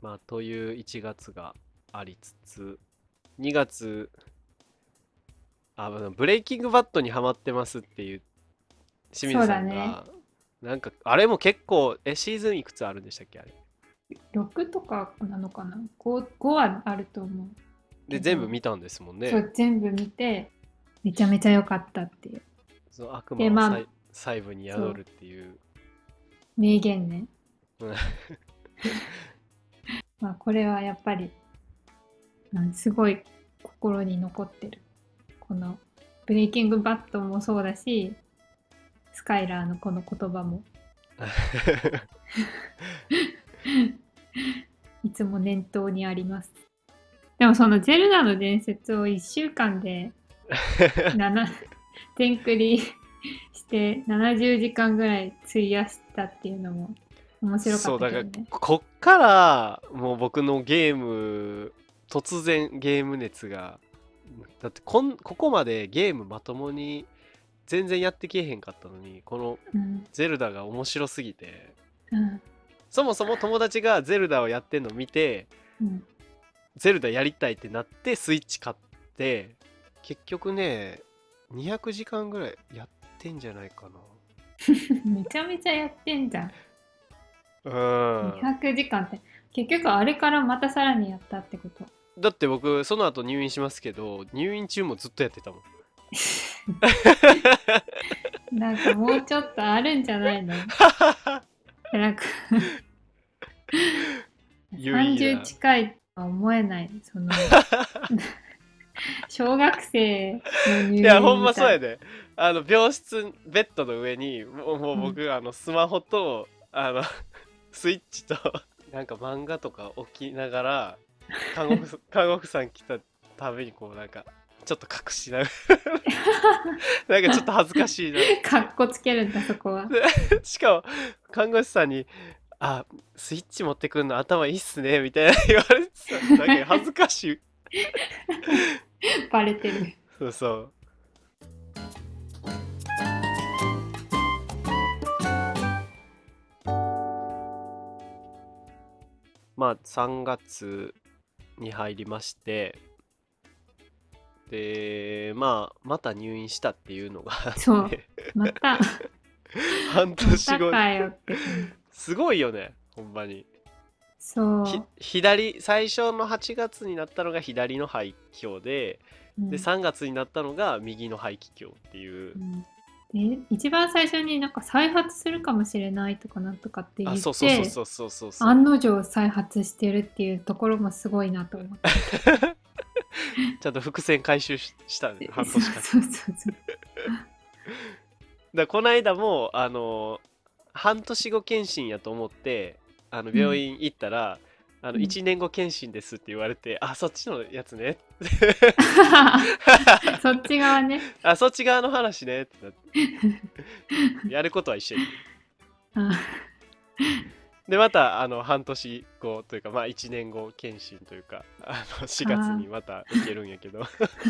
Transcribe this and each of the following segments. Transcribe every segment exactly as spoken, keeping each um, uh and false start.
まあといういちがつがありつつ、にがつ、あのブレイキングバットにハマってますっていう清水そうさだね。 んが、なんかあれも結構、えシーズンいくつあるんでしたっけ、あれ。 ろくとかなのかな？ ご, ごはあると思うで全部けど、 見たんですもんね。 そう全部見てめちゃめちゃ良かったっていう。 その悪魔でまあは細細部に宿るそうっていう。 名言ね。 うん。 まあこれはやっぱり、うん、すごい心に残ってる。このブレイキングバットもそうだし、スカイラーのこの言葉もいつも念頭にあります。でもそのゼルダの伝説をいっしゅうかんでなな全クリしてななじゅうじかんぐらい費やしたっていうのも面白かっそうだからたけどね。 こっからもう僕のゲーム、突然ゲーム熱が、だってこんここまでゲームまともに全然やってけえへんかったのに、このうんゼルダが面白すぎて、 うんそもそも友達がゼルダをやってんの見て、 うんゼルダやりたいってなってスイッチ買って、結局ねにひゃくじかんぐらいやってんじゃないかめちゃめちゃやってんじゃん。 な。うん。 にひゃくじかんって結局あれからまたさらにやったってこと？ だって僕その後入院しますけど、入院中もずっとやってたもん。 なんかもうちょっとあるんじゃないの？なんか有意義さんじゅうな。 近いとは思えない。その小学生の入いやほん院みたい。 まそうやで。あの病室ベッドの上にもう、もううん、 僕あのスマホとあのスイッチとなんか漫画とか置きながら、看護婦看護婦さん来たたびにこうなんかちょっと隠しながらなんかちょっと恥ずかしいなっかて。 っこつけるんだそこは。 でしかも看護師さんに「あ、スイッチ持ってくんの頭いいっすね」みたいな言われてさ、なんか恥ずかしい。 バレてる。 そうそう。まあさんがつに入りまして、でまあまた入院したっていうのがあそう。 ってまた、 半ま年後。 たかよって感じ。 すごいよねほんまに。ひそ左最初のはちがつになったのが左の肺気胸で、 う。うでん。 さんがつになったのが右の肺気胸っていう。 うん、で、一番最初になんか再発するかもしれないとかなんとかってあ、 言っそうそうそうて、 そうそうそうそう。 案の定再発してるっていうところもすごいなと思った。 ちゃんと伏線回収ししたね、半そう年かけて。 そうそうそう。 だこの間もあの半年後検診やと思ってあのうん。 病院行ったら、あのうん。 いちねんご検診ですって言われて、あ、そっちのやつね。 そっち側ね。 あ、そっち側の話ねってなって、やることは一緒やけど。 あ、 でまたあの半年後というか、まあいちねんご検診というか、あのしがつあ、 にまた受けるんやけど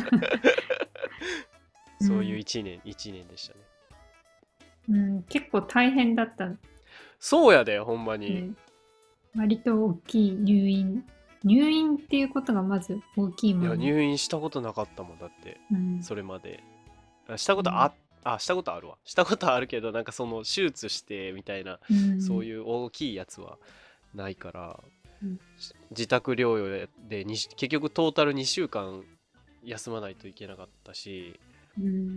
そういううん。 いちねんいちねんでしたね。 うん、結構大変だったそうやでほんまに。 ね。割と大きい入院。入院っていうことがまず大きいいやもんね。 入院したことなかったもんだって、 うん。 それまで。あしたことあうん。 あしたことあるわ、したことあるけど、なんかその手術してみたいな、 うん。 そういう大きいやつはないから、 うん。 し自宅療養でに結局トータルにしゅうかん休まないといけなかったし、 うん。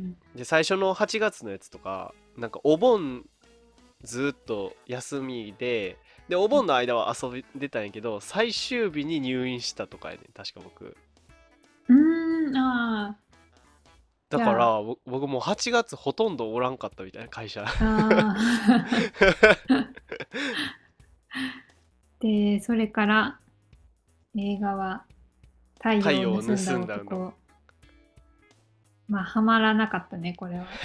で最初のはちがつのやつとかなんかお盆ずっと休みで、でお盆の間は遊び出たんやけど、最終日に入院したとかやねん確か僕。 うーん、ああ、 だかじゃあ、 らぼ僕もうはちがつほとんどおらんかったみたいな会社。 ああ。で、それから映画は太陽を太陽を盗んだ盗んだの。 男。まあ、ハマらなかったね、これは。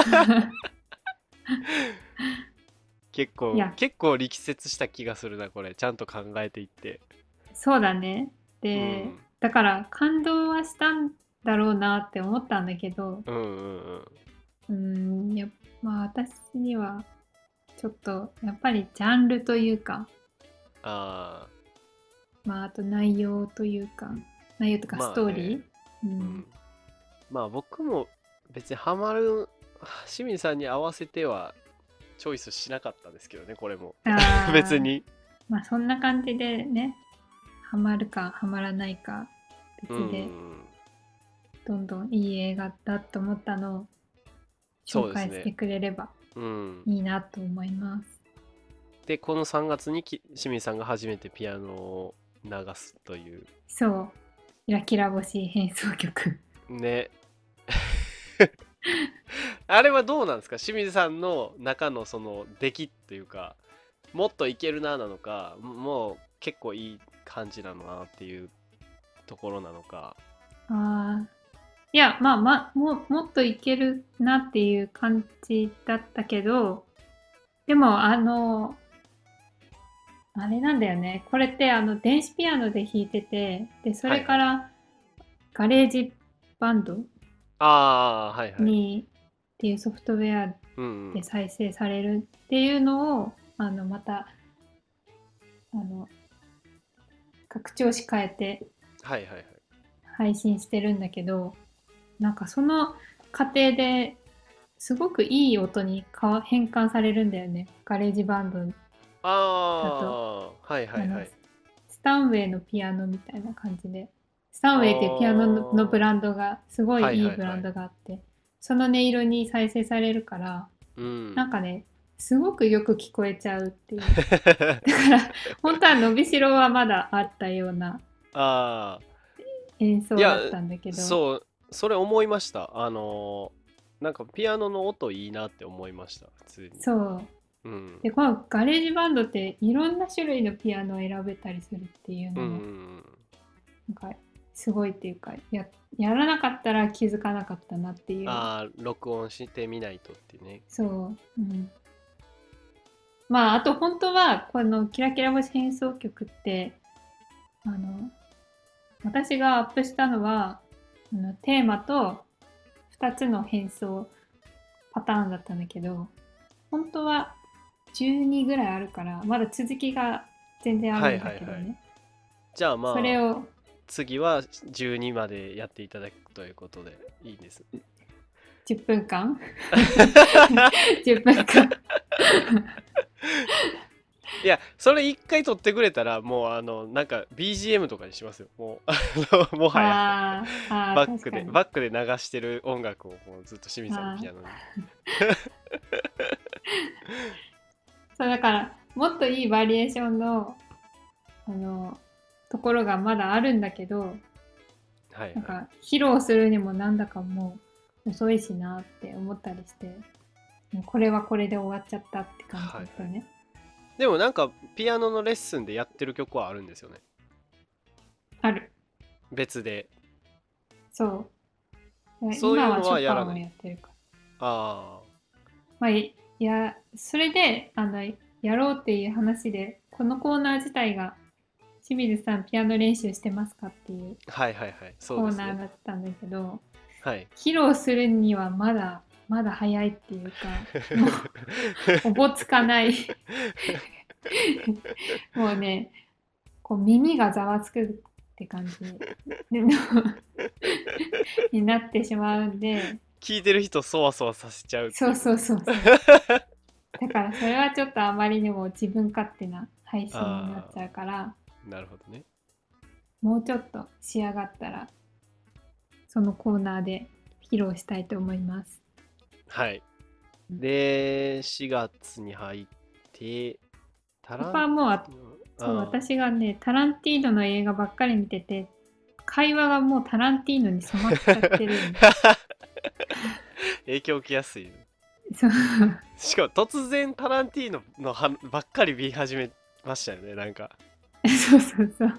結構いや、 結構力説した気がするなこれ、ちゃんと考えていって。 そうだね。で、 うん、 だから感動はしたんだろうなって思ったんだけど、 うんうんうん。 うーん、やっまあ私にはちょっとやっぱりジャンルというか、 ああまああと内容というか内容とかまあストーリー、 ね、 ううんん、まあ僕も別にハマる清水さんに合わせてはチョイスしなかったんですけどね、これも別ああに。 まあそんな感じでね、ハマるかハマらないかう別でん、 どんどんいい映画だと思ったのを紹介してそうですね。 くれればうん。 いいなと思います。 で、このさんがつにき清水さんが初めてピアノを流すというそう、キラキラ星変奏曲。 ね。あれはどうなんですか、清水さんの中のその出来というか、もっといけるななのか、もう結構いい感じなのかなっていうところなのか。 ああ、いや、まあ、ま、も、もっといけるなっていう感じだったけど、でも、あの、あれなんだよね。これってあの電子ピアノで弾いてて、で、そはいはい。 れからガレージバンドああ、はいはい。 にっていうソフトウェアうんうん。 で再生されるっていうのを、あの、また、あの、拡張子変えてはいはいはい。 配信してるんだけど、なんかその過程ですごくいい音に変わ変換されるんだよね。ガレージバンドあだと。 あ、はいはあの、 いはい。 スタンウェイのピアノみたいな感じで、スタンあウェイっていうピアノののブあ、 ランドがすごいはいいいブランはいはい。 ドがあって、その音色に再生されるから、 うん。 なんかね、すごくよく聞こえちゃうっていう。だから本当は伸びしろはまだあったようなああ、 演いや、 奏だったんだけど、 そう、それ思いました。あのーなんかピアノの音いいなって思いました、普通に。 そう。 うん。 で、このガレージバンドっていろんな種類のピアノを選べたりするっていううんうのも、 んなんかすごいっていうか、や、やらなかったら気づかなかったなっていう。 ああ、録音してみないとってね。 そう。うん。まあ、あと本当は、このキラキラ星変奏曲って、あの、私がアップしたのは、あのテーマとふたつの変奏パターンだったんだけど、本当はじゅうにぐらいあるから、まだ続きが全然あはいるんだはいはい。 けどね。 じゃあまあ、 それを次はじゅうにまでやっていただくということでいいです。 じゅっぷんかんじゅっぷんかんいや、それ一回撮ってくれたら、もうあの、なんか ビージーエム とかにしますよ。もう、あのもはや。 あーあー、 バックで、 確かに。 バックで流してる音楽をもうずっと清水さんのあーピアノに。 そうだから、もっといいバリエーションの、あの、ところがまだあるんだけど、 はいはい。 なんか、披露するにもなんだかもう遅いしなって思ったりして、もうこれはこれで終わっちゃったって感じはいはい。 だったね。 でもなんか、ピアノのレッスンでやってる曲はあるんですよね。 ある。 別で。 そう。 そういうの今はショはやらない。 パンをやってるから。 あまあ、いいや、それで、あの、やろうっていう話で、このコーナー自体が、清水さんピアノ練習してますかっていうあ、はいはいはい。そうコーですね。 ナーだったんだけど、 はい。 披露するにはまだ、まだ早いっていうか、もう、おぼつかないもうね、こう耳がざわつくって感じでになってしまうんで、 聞いてる人そわそわさせちゃうっていう。 そうそうそうそう。だからそれはちょっとあまりにも自分勝手な配信になっあちゃうから、 あ、なるほどね。 もうちょっと仕上がったら、そのコーナーで披露したいと思います。 はい。 うん。 で、しがつに入って、タこランこはもうあ、 ティーノ、 そう、 あ私がね、タランティーノの映画ばっかり見てて、会話がもうタランティーノに染まっちゃってるんで。 あ。影響受けやすい。 そう。 しかも突然タランティーノのはばっかり見始めましたよね、なんか。 そうそうそう。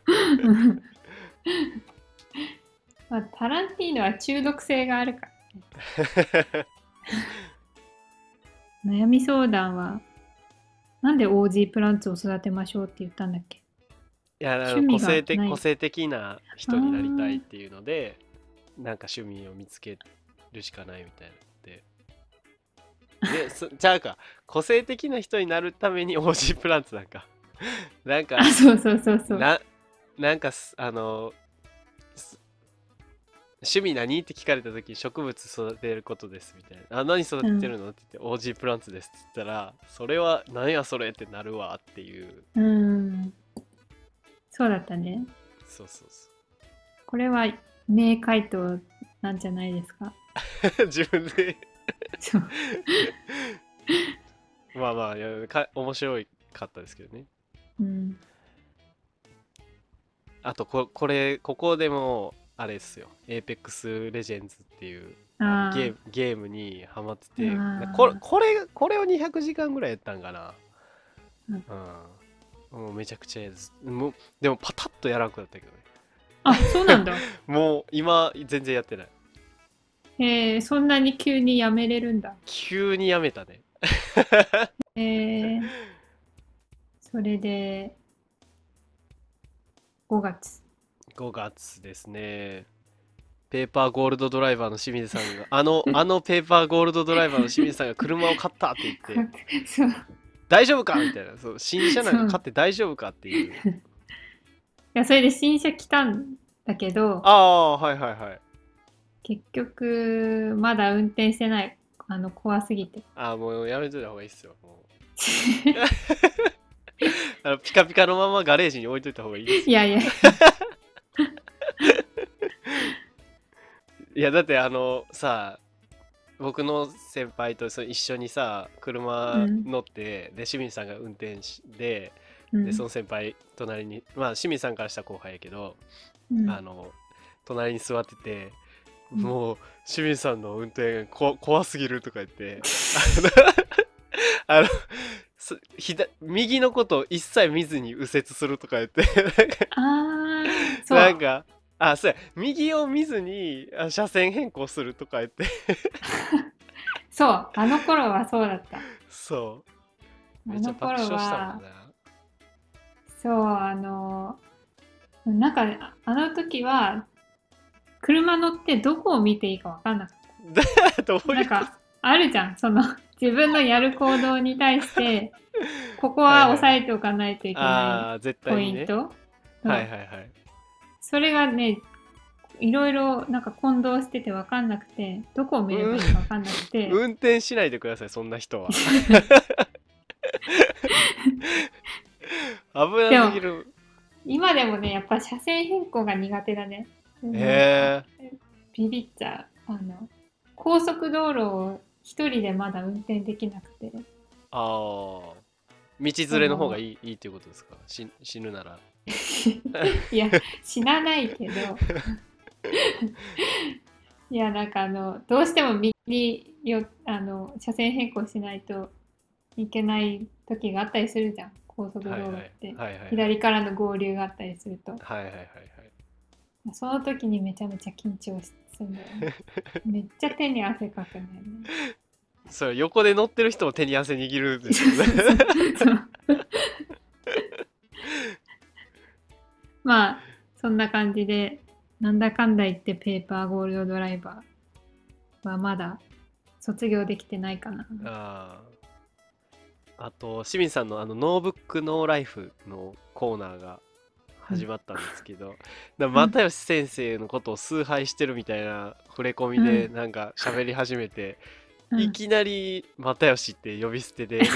まあ、タランティーノは中毒性があるからね。悩み相談は、なんでオージープランツを育てましょうって言ったんだっけ？ いや、あの個趣味性的、 がない。 個性的なあ人になりたいっーていうので、なんか趣味を見つけるしかないみたいなで。で、そちゃうか、個性的な人になるために オージー プランツなんか。なんあ、 か、 そうそうそうそう。 な、 なんかすあのす趣味何って聞かれた時植物育てることですみたいな。あ、何育うん。 ててるのって言って オージー プランツですって言ったら、それは何やそれってなるわっていう。 うん。そうだったね。 そうそうそこれは名回答なんじゃないですか。 う。自分でそう。 まあまあいやか面白いかったですけどね。 うん。 あとここれここでもあれですよ。Apex Legends っていうあのゲーあムゲームにハマってあ、 て、これあこれこれをにひゃくじかんぐらいやったんかな。 あ、 うん。もうめちゃくちゃやずもうでもパタッとやらんくなったけどね。 あ、そうなんだ。 もう今全然やってない。 えー、そんなに急にやめれるんだ。 急にやめたね。 えー、それでごがつ。 ごがつですね。ペーパーゴールドドライバーの清水さんが、あの、あのペーパーゴールドドライバーの清水さんが車を買ったって言って、 そう、 大丈夫かみたいな、そう、新車なんか買そう。 って大丈夫かっていう。 いや、それで新車来たんだけど、 ああ、はいはいはい。 結局、まだ運転してない。あの、怖すぎて。 ああ、もうやめといた方がいいっすよ。もうあのピカピカのままガレージに置いといた方がいいですよ。 いやいや、 いや、だってあのさ、僕の先輩とそ一緒にさ、車うん、 乗って、で、清水さんが運転しで、で、そうん、 の先輩、隣に、まあ、清水さんからしたら後輩やけど、 うん、 あの、隣に座ってて、 うん。 もう、清水さんの運転こ怖すぎるとか言って、あの、あのす左右のことを一切見ずに右折するとか言って、 ああ、そう。 なんか、あ、そうや、右を見ずにあ車線変更するとか言って、 そう。あの頃はそうだった。 そう、めっちゃあの頃爆笑したもんは、 な。 そう、あの、なんか、ああの時は、車乗ってどこを見ていいか分かんなかった。 どういうこと？ なんか、あるじゃん。その、自分のやる行動に対して、ここは押はいはいはい。 さえておかないといけないああ、絶ポ対にね。 イント。そう。 はいはいはい。 それがね、いろいろなんか混同してて分かんなくて、どこを見れうん、 ばいいか分かんなくて、 運転しないでください、そんな人は。危なでも、 すぎる。 今でもね、やっぱ車線変更が苦手だね。なんか、 へえ。 ビビっちゃう。あの、高速道路を一人でまだ運転できなくて、 ああ。道連れの方がその、 いい、いいっていうことですか？し死ぬなら。 いや、死なないけど、いや、なんかあの、どうしても右よ、あの、車線変更しないといけない時があったりするじゃん。高速道はいはい。 路って。 はいはいはい。 左からの合流があったりすると。 はいはいはいはい。 その時にめちゃめちゃ緊張するんだよね。めっちゃ手に汗かくんだよね。 それ横で乗ってる人も手に汗握るでしょうね。 そうそうそう。まあ、そんな感じで、なんだかんだ言ってペーパーゴールドドライバーはまだ卒業できてないかな。 ああ。あと、清水さんのあのノーブックノーライフのコーナーがうん。 始まったんですけど、なうん。 又吉先生のことを崇拝してるみたいな触れ込みでうん。 なんか喋り始めて、 うん。 いきなり又吉って呼び捨てで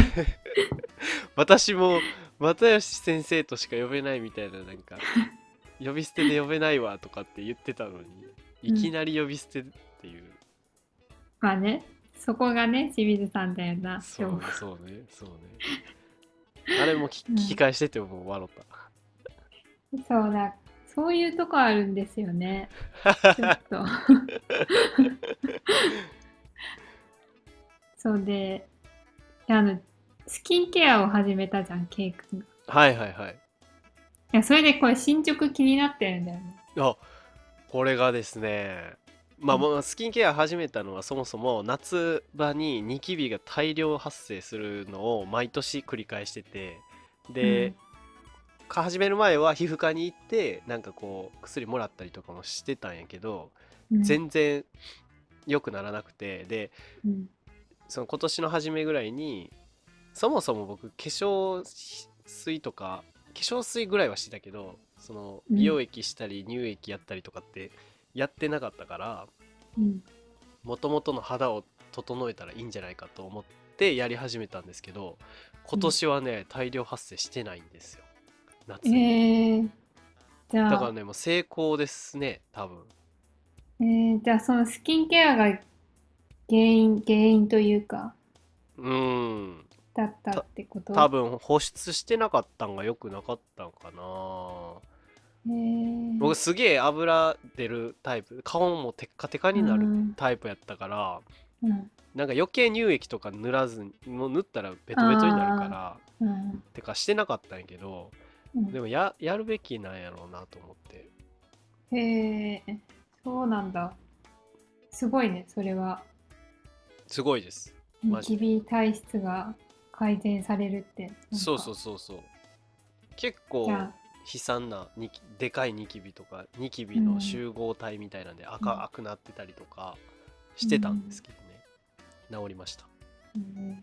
私も又吉先生としか呼べないみたいな、なんか呼び捨てで呼べないわとかって言ってたのに、いうん。 きなり呼び捨てっていう。 まあね、そこがね、清水さんだよな、今日。 そうねそうねそうね。あれも聞聞きうん。 返してても笑った。 そうだ、そういうとこあるんですよね。ちょっとそうで、あの、スキンケアを始めたじゃん、ケイ君が。いはいはいはい。 や、それでこれ進捗気になってるんだよね。 あ、これがですね、まあ、 うん。 もうスキンケア始めたのはそもそも夏場にニキビが大量発生するのを毎年繰り返してて、でうん。 か始める前は皮膚科に行ってなんかこう薬もらったりとかもしてたんやけど、 うん。 全然良くならなくて、でうん。 その今年の初めぐらいに、そもそも僕化粧水とか化粧水ぐらいはしてたけど、 そのうん美容液したり乳液やったりとかってやってなかったからうんもともとの肌を整えたらいいんじゃないかと思ってやり始めたんですけど今年はね大量発生してないんですよ夏に。 えー、じゃあ、 だからねもう成功ですね多分。 えー、じゃあそのスキンケアが原因、原因というか、 うーんだったたってこと多分保湿してなかったんが良くなかったんかな。 えー、 僕すげえ油出るタイプ顔もテッカテカうになるん、 タイプやったからうん、 なんか余計乳液とか塗らずにもう塗ったらベトベトになるかあらー、うんてかしてなかったんやけどうんでもややるべきなんやろうなと思ってへえ、そうなんだ。すごいね、それは。 すごいですマジで。 ニキビ体質が改善されるって、なんそうそか、 うそうそう結構じゃあ、 悲惨なニキでかいニキビとかニキビのうん、 集合体みたいなんでうん、 赤くなってたりとかうしてたんですん、 けどね治りました。 うん。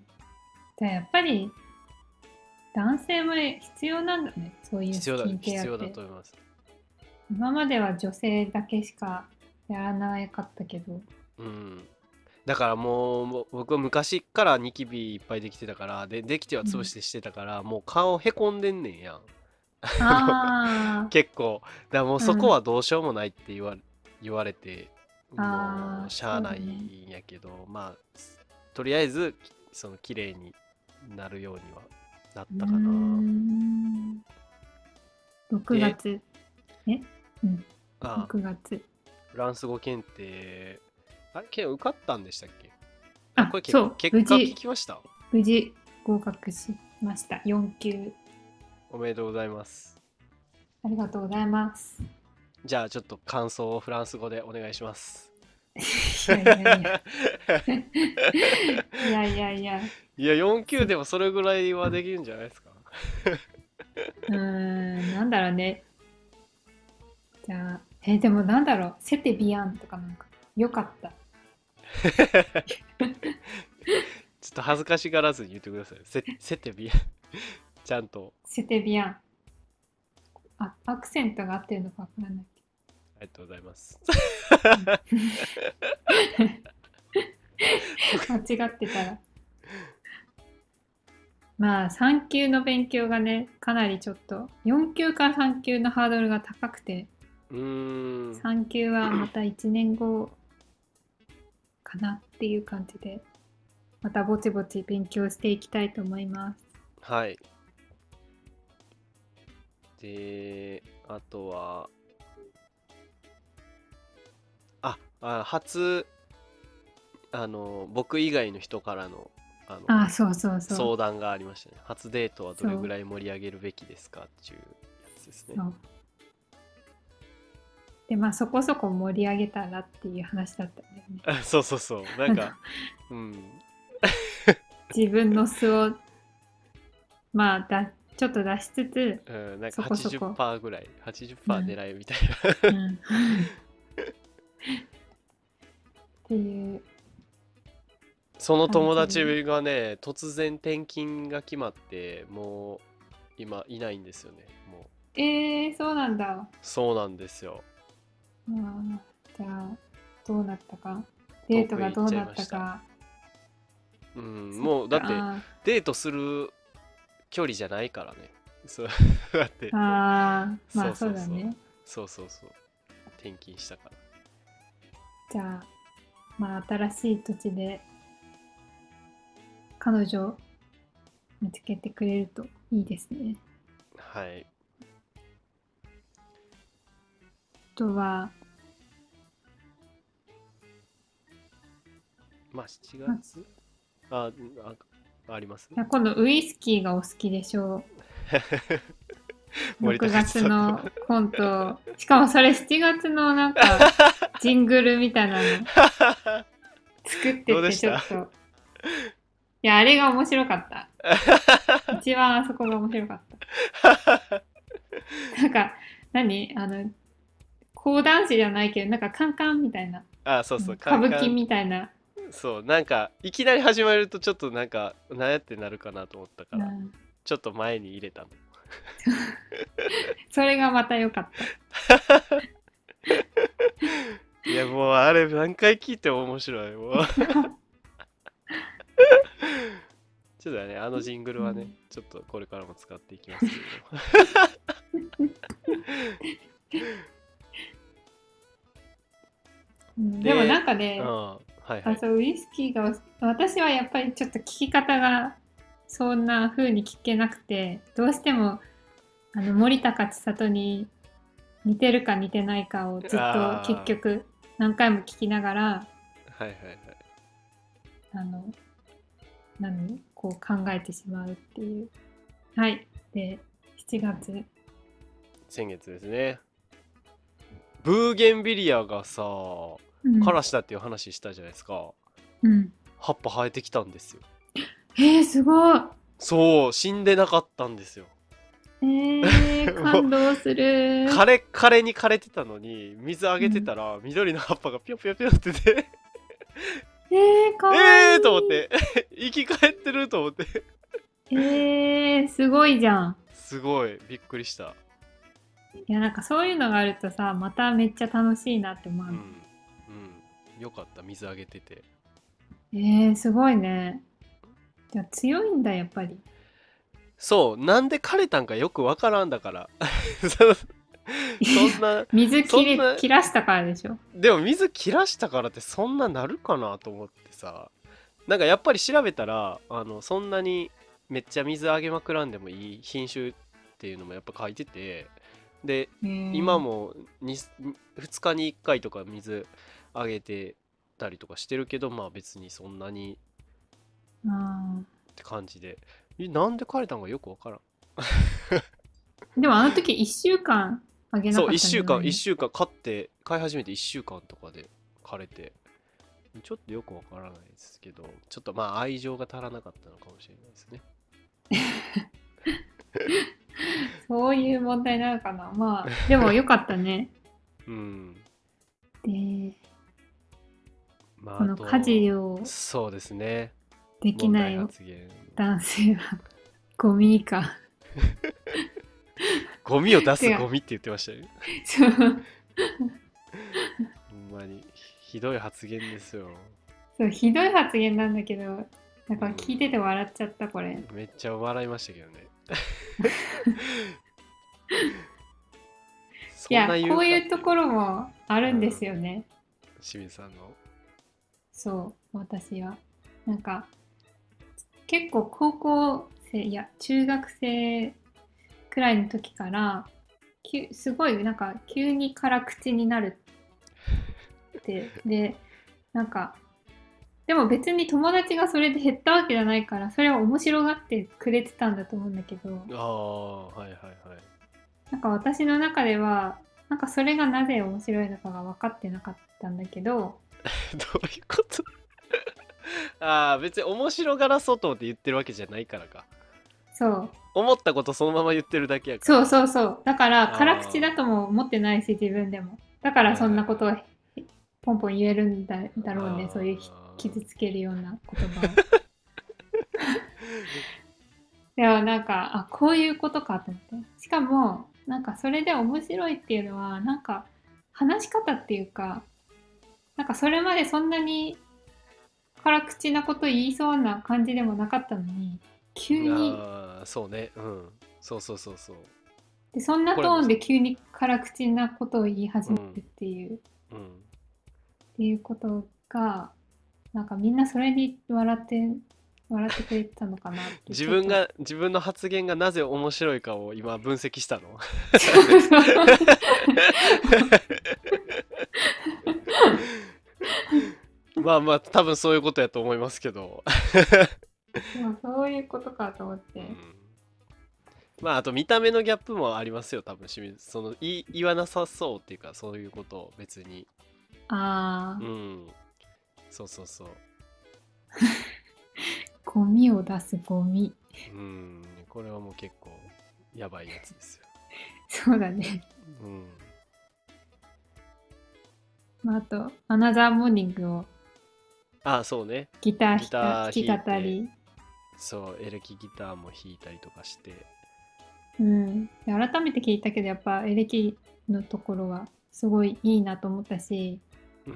じゃあやっぱり男性も必要なんだね、そういう必要だスキンケア必要だって。 と思います。 今までは女性だけしかやらなかったけど。 うんだからもうもう僕は昔からニキビいっぱいできてたからでできてはうん、 潰してしてたからもう顔へこんでんねんやんあのあ結構だからもうあ、うそこん、 はどうしようもないって言わ言われてもああ、 うしゃあないそうだね。 んやけどまあとりあえずその綺麗になるようにはなっうーたかな。 ん、6 え月、えうん、 あ 6月。 フランス語検定あれけど受かったんでしたっけ。あこあ、 れ結そう、 結果聞無事、 きました。 無事合格しました。よん級。 おめでとうございます。 ありがとうございます。 じゃあちょっと感想をフランス語でお願いします。 いやいやいや。いやいやいや。 いやよん級すでもそれぐらいはできるんじゃないですか。 うーん、なんだろうね。じゃあ、えでもなんだろう。セテビアンとかなんか、よかった。 ちょっと恥ずかしがらずに言ってください。せせてびちゃんと。 セテビアン。あ、アクセントが合ってるのかわからないありがとうございます。 けど。間違ってたら。まあ、さん級の勉強がね、かなりちょっと、よん級からさん級のハードルが高くて、 うーん。 さん級はまたいちねんごかなっていう感じで、またぼちぼち勉強していきたいと思います。 はい。で、あとは、あ、あ初、あの、僕以外の人からの、あの、 ああ、そうそうそう。 相談がありましたね。初デートはどれそうぐらい盛り上げるべきですかっていうやつですね。 そう。で、まあそこそこ盛り上げたらっていう話だったんだよね。 あそうそうそう。なんか、うん。 自分の素を、まあだ、ちょっと出しつつ、 うん、なんかそこそこ。 はちじゅっパーセントぐらい、はちじゅっうん、 パーセント狙いみたいな。 うん。っていうその友感じ。 達がね、突然転勤が決まって、もう今いないんですよね。もう、 えー、そうなんだ。 そうなんですよ。 まあ、じゃあ、どうなったか。デートがどうなったか。 うん、 そっもうだってか。 デートする距離じゃないからね。そうだってああ、まあそそうそうそううだね。 そうそうそう転勤したから。 じゃあ、まあ新しい土地で彼女見つけてくれるといいですね。 はい。 あとは、 まあしちがつああ、ありますいや今度ウイスキーがお好きでしょう。6 森高千月のコント、しかもそれしちがつのなんかジングルみたいなの作っててどうでしたちょっと。いや、あれが面白かった。一番あそこが面白かった。なんか、何あの、講談師じゃないけど、なんかカンカンみたいな。 あそうそう、 歌舞伎カンカンみたいな。 そうなんかいきなり始まるとちょっとなんかなんやってなるかなと思ったから、 うん、 ちょっと前に入れたのそれがまた良かった。 いやもうあれ何回聞いても面白い。もうちょっとね、あのジングルはね、 うん、 ちょっとこれからも使っていきますけうん、 ど。 でもなんで、 かね、 うん、はいはあ、 い。 そう、ウイスキーが、私はやっぱりちょっと聞き方がそんな風に聞けなくて、どうしてもあの森高千里に似てるか似てないかをずっと結あ局何回も聞きながら、 あ、はいはいはい。 あの、何こう考えてしまうっていう。はい。で、しちがつ。 先月ですね。ブーゲンビリアがさ、 うん。 カラシだっていう話したじゃないですか。 うん。 葉っぱ生えてきたんですよ。 えー、すごい。 そう、死んでなかったんですよ。 えー、 もう、 感動する。 枯れ、枯れに枯れてたのに、水あうん。 げてたら、緑の葉っぱがピョピョピョっててえー、かわいえーと思って、生き返ってると思って、 い。えー、すごいじゃん。 すごい、びっくりした。 いや、なんかそういうのがあるとさ、まためっちゃ楽しいなって思うの。 うん、うん。よかった、水あげてて。 えー、すごいね。じゃあ強いんだ、やっぱり。 そう、なんで枯れたんかよくわからんだから。そそんな、 水切れ、 そんな、 切らしたからでしょ。 でも水切らしたからってそんななるかなと思ってさ。なんかやっぱり調べたら、あの、そんなにめっちゃ水あげまくらんでもいい品種っていうのもやっぱ書いてて、で、 えー、 今もにふつかにいっかいとか水あげてたりとかしてるけど、まあ別にそんなにあって感じで。えなんで枯れたのかよくわからん。 ー、でもあの時いっしゅうかんあげなそう、 かっ 1週間、 たんじゃないの？ いっしゅうかん飼って、飼い始めていっしゅうかんとかで枯れて、ちょっとよくわからないですけど、ちょっとまあ愛情が足らなかったのかもしれないですね。 そういう問題なのかな。まあ、でもよかったね。 うん。 で、 まああこの家事と、 をそうですね。 でき問題ない発言。 男性はゴミ以下。 ゴミを出すてか、 ゴミって言ってましたよ。 そう、 ほんまに、ひどい発言ですよ。 そう、ひどい発言なんだけど、なんか聞いてうん。 て笑っちゃった、これ。 めっちゃ笑いましたけどね。そんないや、こう言うかっていう。 いうところもあるんでうん。 すよね。 清水さんの。 そう、私は。なんか、結構高校生、いや、中学生くらいの時から、きゅすごいなんか急に辛口になるって、で、なんか、でも別に友達がそれで減ったわけじゃないから、それは面白がってくれてたんだと思うんだけど、 ああ、はいはいはい。 なんか私の中では、なんかそれがなぜ面白いのかが分かってなかったんだけど、 どういうことああ、別に面白がらそうと思って言ってるわけじゃないからか。 そう、 思ったことそのまま言ってるだけやから。 そうそうそう。だから辛口だあとも思ってないし、自分でも。だかあ、 らそはいはいはい。 んなことをポンポン言えるんだだろうね。そういうあ傷つけるような言葉を。でもなんか、あ、こういうことかと思って。しかも、なんかそれで面白いっていうのは、なんか話し方っていうか、なんかそれまでそんなに辛口なこと言いそうな感じでもなかったのに、急に、 あ、ああ、そうね。うん。そうそうそうそう。 で、そんなこれも、 トーンで急に辛口なことを言い始うん、 めるっていう、っうん。 ていうことが、なんかみんなそれに笑って、笑ってくれてたのかなってちょっと。 自分が、自分の発言がなぜ面白いかを今分析したの。 そうそう。 まあまあ、多分そういうことやと思いますけど。 でもそういうことかと思っうん。 て。 まあ、あと見た目のギャップもありますよ、多分清水。その、言い、言わなさそうっていうか、そういうことを別に。 ああ、 うん。そうそうそう。 ゴミを出すゴミ。 うん。これはもう結構、やばいやつですよ。 そうだね。 うん。 まあ、あと、アナザーモーニングをあ、そうね。 ギターギター弾き弾いて、 語り。 そう、エレキギターも弾いたりとかして、 うん、で改めて聞いたけどやっぱエレキのところはすごいいいなと思ったし、 うんうん。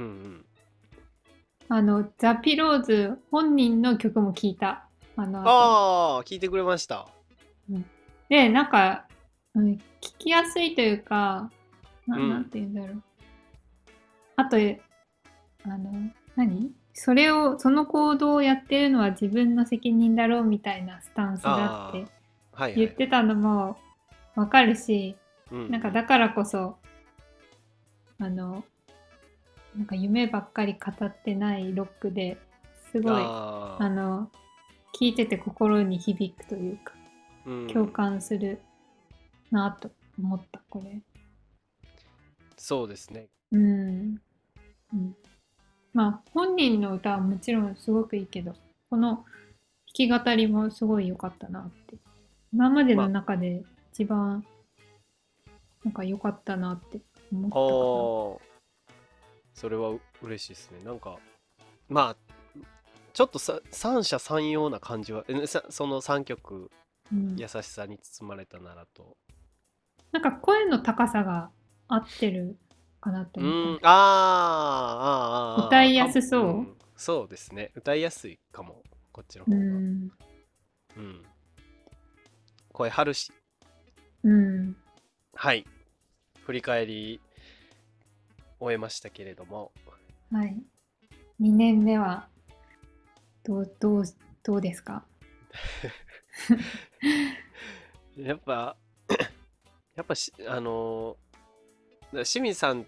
あのザ・ピローズ本人の曲も聞いたあの後、 ああ、聞いてくれました。 うん、でなんか、うん、聞きやすいというかな、なんうん。 て言うんだろう、あとあの何それをその行動をやってるのは自分の責任だろうみたいなスタンスだってああ、はいはいはい。 言ってたのもわかるし、 うんうん。 なんかだからこそあのなんか夢ばっかり語ってないロックですごいあああ、 の聞いてて心に響くというかう共ん。 感するなと思ったこれ。 そうですね。 うん、うん、まあ本人の歌はもちろんすごくいいけどこの弾き語りもすごい良かったなって今までのま中で一番なんか良かったなって思っあ、 たかな。 ああ、それはう嬉しいですね。なんか、まあ、ちょっとさ三者三様な感じは、えさそのさんきょく、 うん、 優しさに包まれたならと。 なんか声の高さが合ってるかなってうーん、 思ったんだよ。 ああ、ああ、ああ、 歌いやかも、 すそうん、そうですね。歌いやすいかも、こっちのう。う方が。 ん、 うん。声張るし。 うん、 はい。振り返り終えましたけれども。 はい。にねんめはどう、どう、どうですか？ やっぱ、やっぱし、あのー清水さんって、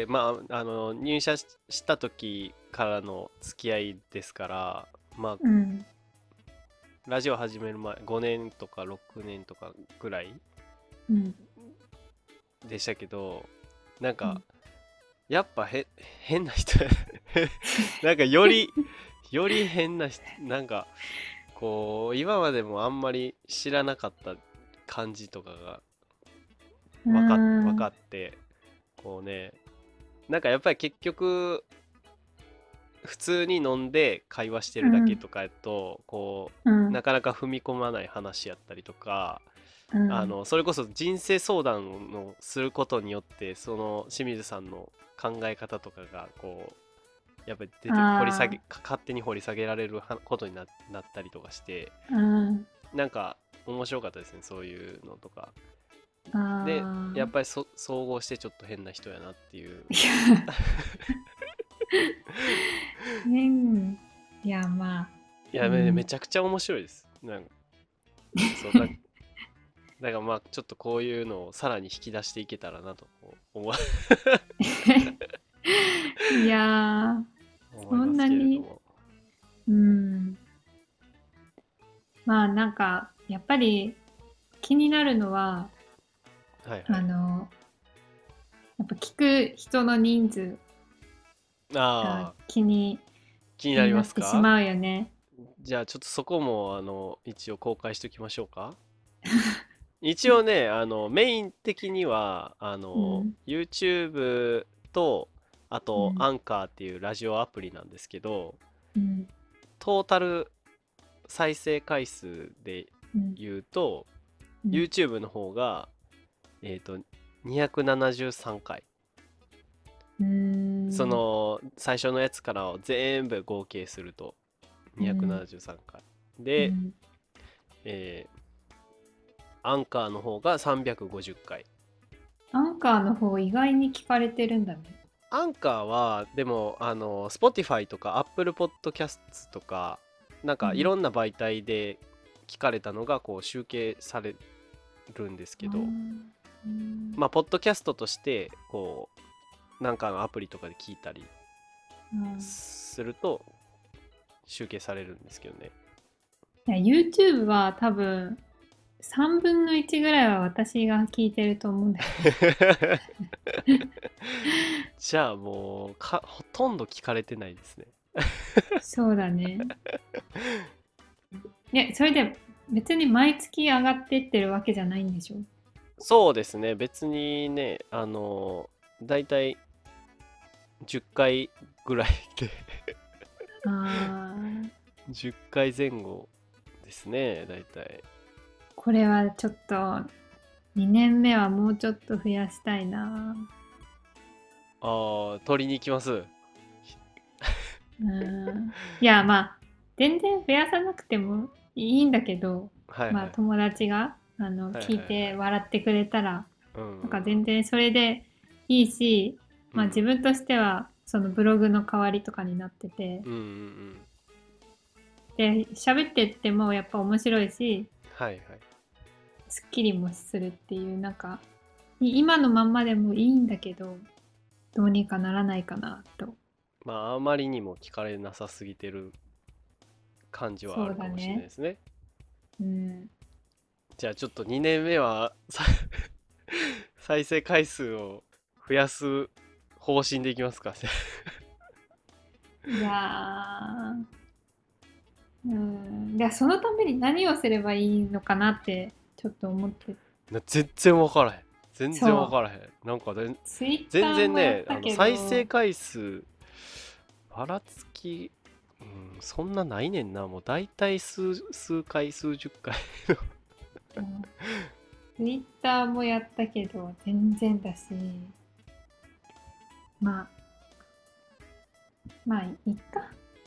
まあ、あの入社しした時からの付き合いですから、まあ、 うん、 ラジオ始める前、ごねんとかろくねんとかぐらいうん、 でしたけど、なんか、 うん。 やっぱへ変な人なんかより、より変な人、なんか、こう、今までもあんまり知らなかった感じとかがうー分かっ、分かん、 って、こうね、なんかやっぱり結局、普通に飲んで会話してるだけうん、 とかやと、こう、 うん、 なかなか踏み込まない話やったりとか、 うん。 あの、それこそ人生相談をすることによって、その清水さんの考え方とかが、こう、やっぱり出て、掘り下あげ、勝手に掘り下げられるはことにな、なったりとかして、 あ、うん、 なんか面白かったですね、そういうのとか。 あで、やっあ。 ぱりそ総合してちょっと変な人やなっていう。 いや、変、いや、まあ、 いや、め、めうん。 ちゃくちゃ面白いです。なんかそうだ、だからまあちょっとこういうのをさらに引き出していけたらなと思いやー、そん思いますなに、 けれども。 うん。まあなんか、やっぱり気になるのは、あはいはい。 の、やっぱ聞く人の人数がああ、 気に、気気になりになってしますか？ まうよね。 じゃあちょっとそこもあの一応公開しておきましょうか。一応ね、あのメイン的にはあのうん、 YouTube とあとうん、 アンカーっていうラジオアプリなんですけど、 うん、 トータル再生回数でうん、 言うとうん。 YouTube の方がえっとにひゃくななじゅうさんかい。 うーそん、 の最初のやつからを全部合計するとうん、 にひゃくななじゅうさんかいで、 うん。 えーアンカーの方がさんびゃくごじゅっかい。 アンカーの方意外に聞かれてるんだね。 アンカーはでもあの Spotify とか Apple Podcasts とかなんうん。 かいろんな媒体で聞かれたのがこう集計されるんですあー、 けど、 うん、 まあポッドキャストとしてこうなんかのアプリとかで聞いたりうん。 すると集計されるんですけどね。 いや、YouTube は多分さんぶんのいちぐらいは私が聞いてると思うんだよね。 じゃあもうかほとんど聞かれてないですね。 そうだね。ね、それで別に毎月上がってってるわけじゃないんでしょ？ そうですね、別にね、あのだいたいじゅっかいぐらいでああ、 じゅっかいぜん後ですね、だいたい。 これはちょっとにねんめはもうちょっと増やしたいな。 あー、取りに行きます。 うんいやまあ全然増やさなくてもいいんだけど、 はいはい。 まあ友達があのはいはい聞いて笑ってくれたらうんうんなんか全然それでいいし、まあ、自分としてはそのブログの代わりとかになってて、 うんうんうん。 で喋ってってもやっぱ面白いしはいはい。 すっきりもするっていうなんかい今のまんまでもいいんだけどどうにかならないかなと。 まああまりにも聞かれなさすぎてる感じはあそうだるかもしれないね。 ですね。 うんじゃあちょっとにねんめはさ再生回数を増やす方針でいきますか。 いやーうんいやそのために何をすればいいのかなってちょっと思ってな全然分からへん。全然分そうからへん。なんか全ツイッタ全然ーもやっね、あのたけ再生ど回数ばらつき、うん、そんなないねんな。もう大体数数回数十回。 ツイッターもやったけど全然だしまあまあいっか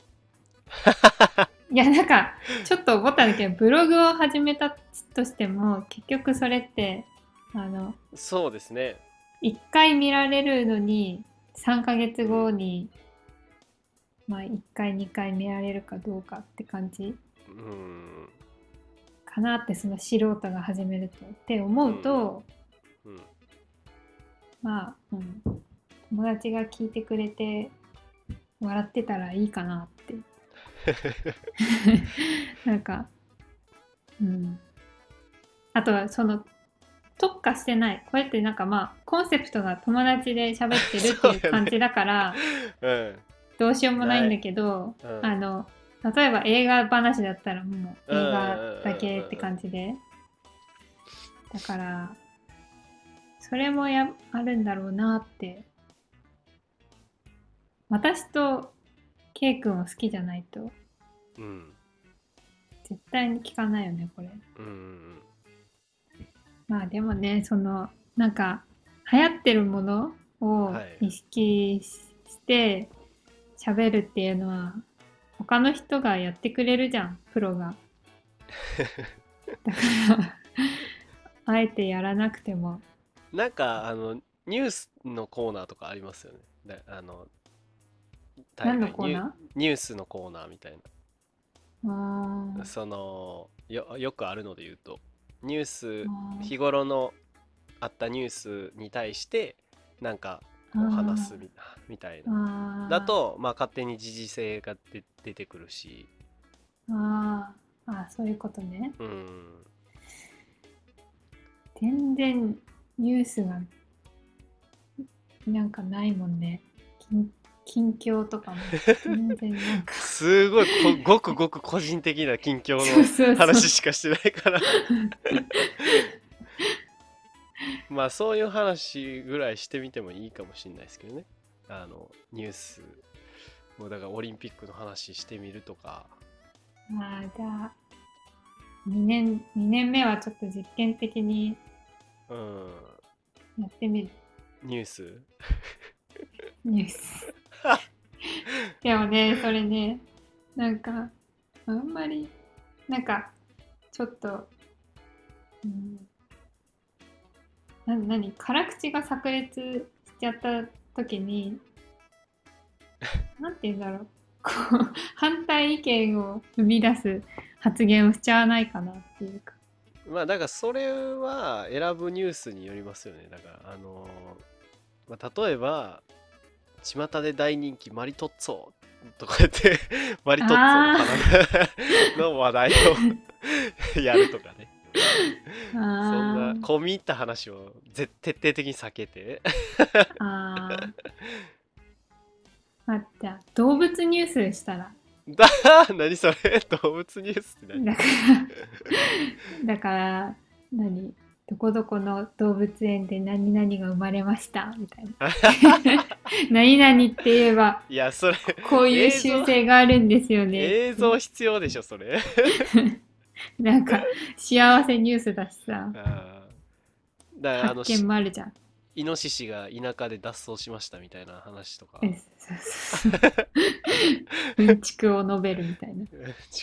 いやなんかちょっと思ったんだけどブログを始めたとしても結局それってあのそうですね。 いっかい見られるのにさんかげつごに、まあいっかいにかい見られるかどうかって感じうんかなってその素人が始めるとって思うと、 うんまあ、うん、友達が聞いてくれて笑ってたらいいかなってなんかうんあとはその特化してないこうやってなんかまあコンセプトが友達で喋ってるっていう感じだからうんどうしようもないんだけど、 うんあの例えば映画話だったらもう映画だけって感じでだからそれもやあるんだろうなって私と K 君を好きじゃないとうん絶対に聞かないよねこれ。 うんうんまあでもねそのなんか流行ってるものをはい意識して喋るっていうのは他の人がやってくれるじゃんプロが。だからあえてやらなくてもなんかあのニュースのコーナーとかありますよね。だあの何の大概ニュコーナニュースのコーナーみたいーあな。 ーそのよよくあるので言うとニュースあー日頃のあったニュースに対してなんかこう話すみみたいな。 あーだとまあ勝手に時事性が出出てくるし、 あーあーそういうことね。 うん全然ニュースがなんかないもんね。近近況とかも全然なんかすごいこごくごく個人的な近況そうそうそうの話しかしてないからまあそういう話ぐらいしてみてもいいかもしれないですけどね。あのニュースもうだからオリンピックの話してみるとか。 まあじゃあにねんにねんめはちょっと実験的にうんやってみるニュースニュースでもねそれねなんかあんまりなんかちょっと、うん、な何辛口が炸裂しちゃった時になんて言うんだろうこう反対意見を生み出す発言をしちゃわないかなっていうかまあだからそれは選ぶニュースによりますよね。だからあのーまあ、例えば巷で大人気マリトッツォとか言ってマリトッツォの話の話題をやるとかね。そんなあ込み入った話をぜ徹底的に避けてあーまあじゃあ動物ニュースしたらだ何それ動物ニュースって何だからだから何どこどこの動物園で何々が生まれましたみたいな何々って言えばいやそれこういう習性があるんですよね映像必要でしょそれなんか幸せニュースだしさ、 あーだからあの発見もあるじゃん。 イノシシが田舎で脱走しましたみたいな話とか。 えそうそうそううんちくを述べるみたいな。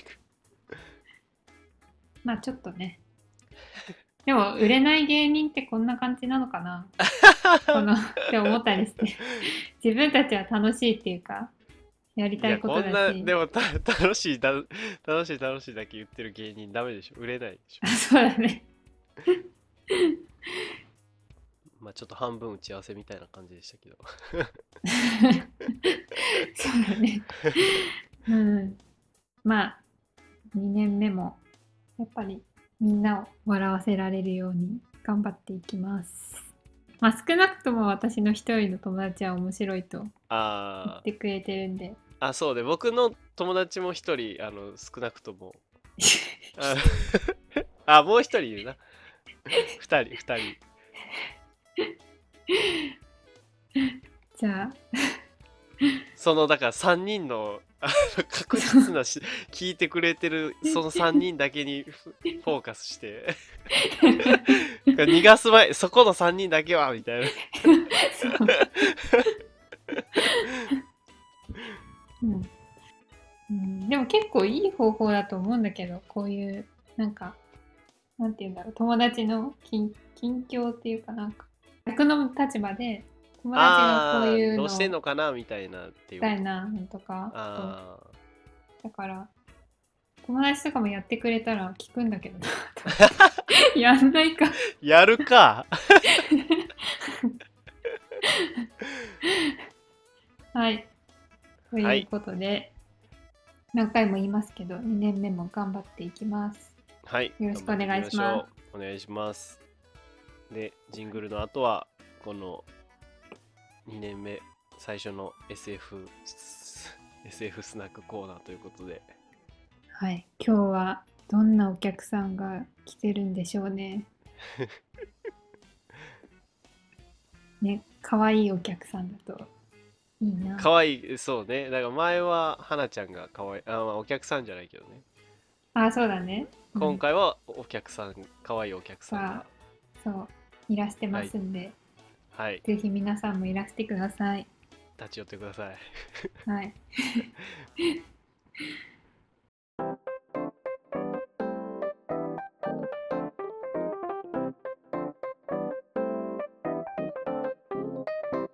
まあちょっとね。でも売れない芸人ってこんな感じなのかなこのって思ったりして。自分たちは楽しいっていうか、やりいや、 たいことこんな、 だし。 でもた楽しいだ、楽しい楽しいだけ言ってる芸人ダメでしょ。売れないでしょ。 あそうだね。 まあちょっと半分打ち合わせみたいな感じでしたけど。 そうだね。うん。まあ、にねんめも、やっぱりみんなを笑わせられるように頑張っていきます。まあ、少なくとも私の一人の友達は面白いと言っあてくれてるんで。 あ、あ、そうで、僕の友達も一人、あの、少なくとも。あ、あもう一人いるな。二人、二人。 じゃあ、 その、だからさんにんの、あの確実なし聞いてくれてるそのさんにんだけにフフォーカスして逃がす前そこのさんにんだけはみたいなそううんうん、でも結構いい方法だと思うんだけど、こういうなんかなんて言うんだろう、友達の近近況っていうかなんか逆の立場で友達がこうああいうのどうしてんのかなみたいなっていうしたいなのとか、 ああだから友達とかもやってくれたら聞くんだけどなやんないかやるかはいとはいいうことで、何回も言いますけどにねんめも頑張っていきます。 はいよろしくお願いします。 お願いしますでジングルの後はこのにねんめ最初の エスエフ エスエフ スナックコーナーということで、 はい、今日はどんなお客さんが来てるんでしょうね。ね、可愛いお客さんだといいな。 かわいいそうねだから前は花ちゃんがかわいいあ、まあ、お客さんじゃないけどねあ、そうだね。 今回はお客さんかわいいお客さんがそういらしてますんで、 はい、 ぜひ皆さんもいらしてください。 立ち寄ってくださいはい